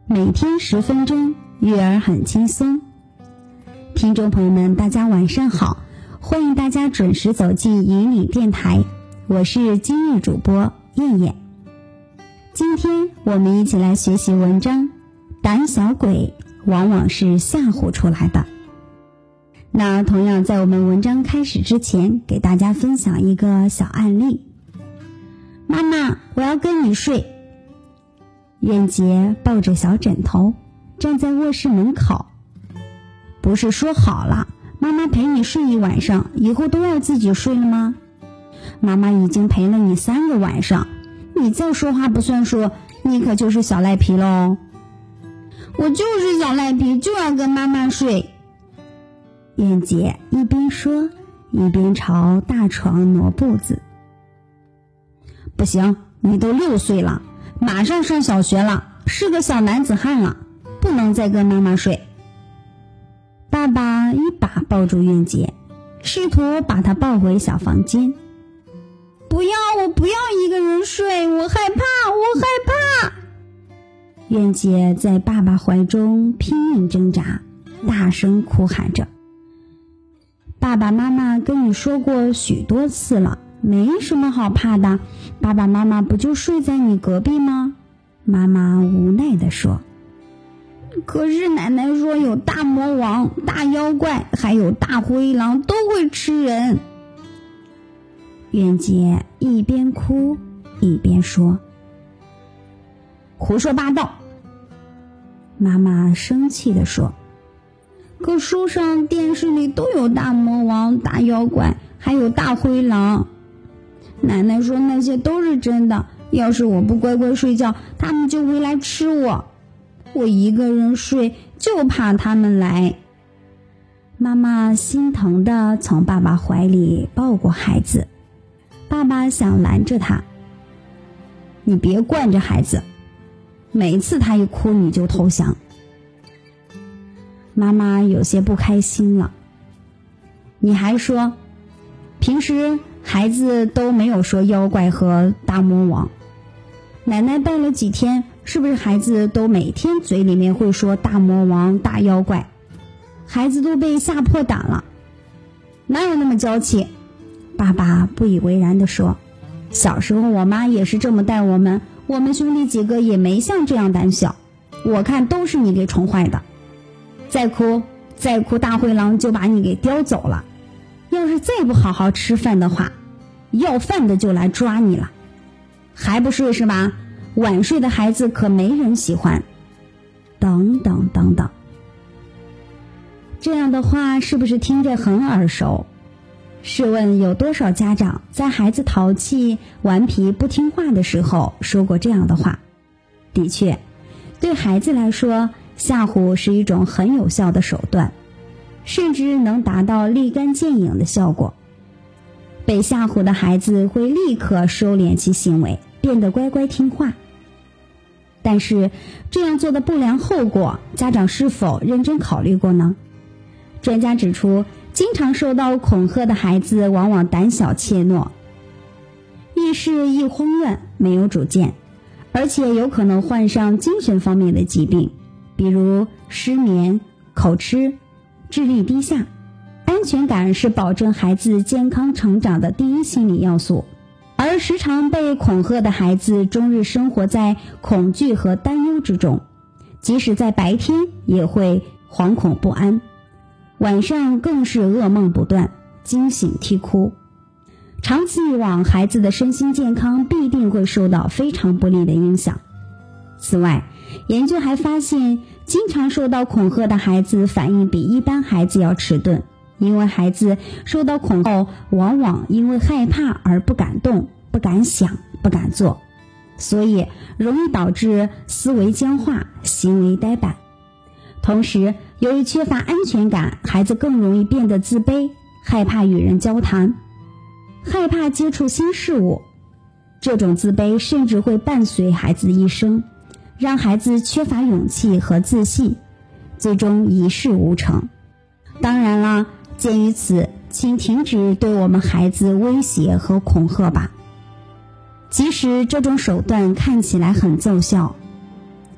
每天10分钟，育儿很轻松。听众朋友们，大家晚上好，欢迎大家准时走进引领电台，我是今日主播燕燕。今天我们一起来学习文章，胆小鬼往往是吓唬出来的。那同样在我们文章开始之前，给大家分享一个小案例。妈妈，我要跟你睡。燕杰抱着小枕头站在卧室门口，不是说好了妈妈陪你睡一晚上，以后都要自己睡了吗？妈妈已经陪了你3个晚上，你再说话不算数，你可就是小赖皮喽。我就是小赖皮，就要跟妈妈睡。燕姐一边说一边朝大床挪步子。不行，你都6岁了，马上上小学了，是个小男子汉了，不能再跟妈妈睡。爸爸一把抱住燕姐，试图把她抱回小房间。不要，我不要一个人睡，我害怕，我害怕。燕姐在爸爸怀中拼命挣扎，大声哭喊着。爸爸妈妈跟你说过许多次了，没什么好怕的，爸爸妈妈不就睡在你隔壁吗？妈妈无奈地说。可是奶奶说有大魔王、大妖怪，还有大灰狼都会吃人。燕姐一边哭一边说。胡说八道！妈妈生气地说。可书上、电视里都有大魔王、大妖怪，还有大灰狼。奶奶说那些都是真的，要是我不乖乖睡觉，他们就会来吃我。我一个人睡，就怕他们来。妈妈心疼地从爸爸怀里抱过孩子，爸爸想拦着他。你别惯着孩子，每次他一哭你就投降。妈妈有些不开心了。你还说，平时孩子都没有说妖怪和大魔王，奶奶带了几天，是不是孩子都每天嘴里面会说大魔王、大妖怪？孩子都被吓破胆了。哪有那么娇气？爸爸不以为然地说。小时候我妈也是这么带我们兄弟几个也没像这样胆小，我看都是你给宠坏的。再哭大灰狼就把你给叼走了，要是再不好好吃饭的话，要饭的就来抓你了。还不睡是吧？晚睡的孩子可没人喜欢。等等等等。这样的话是不是听着很耳熟？试问有多少家长在孩子淘气、顽皮、不听话的时候说过这样的话？的确，对孩子来说，吓唬是一种很有效的手段，甚至能达到立竿见影的效果。被吓唬的孩子会立刻收敛其行为，变得乖乖听话。但是这样做的不良后果，家长是否认真考虑过呢？专家指出，经常受到恐吓的孩子往往胆小怯懦，遇事易慌乱，没有主见，而且有可能患上精神方面的疾病，比如失眠、口吃、智力低下。安全感是保证孩子健康成长的第一心理要素，而时常被恐吓的孩子终日生活在恐惧和担忧之中，即使在白天也会惶恐不安，晚上更是噩梦不断，惊醒啼哭。长此以往，孩子的身心健康必定会受到非常不利的影响。此外，研究还发现，经常受到恐吓的孩子反应比一般孩子要迟钝，因为孩子受到恐吓后，往往因为害怕而不敢动、不敢想、不敢做，所以容易导致思维僵化、行为呆板。同时，由于缺乏安全感，孩子更容易变得自卑，害怕与人交谈，害怕接触新事物。这种自卑甚至会伴随孩子的一生，让孩子缺乏勇气和自信，最终一事无成。当然了，鉴于此，请停止对我们孩子威胁和恐吓吧。即使这种手段看起来很奏效，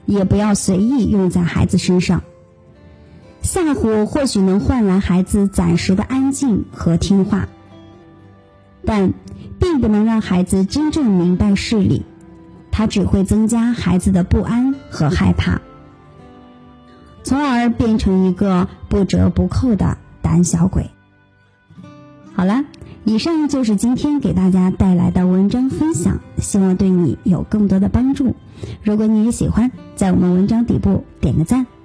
也不要随意用在孩子身上。吓唬或许能换来孩子暂时的安静和听话，但并不能让孩子真正明白事理，它只会增加孩子的不安和害怕，从而变成一个不折不扣的胆小鬼。好了，以上就是今天给大家带来的文章分享，希望对你有更多的帮助。如果你也喜欢，在我们文章底部点个赞。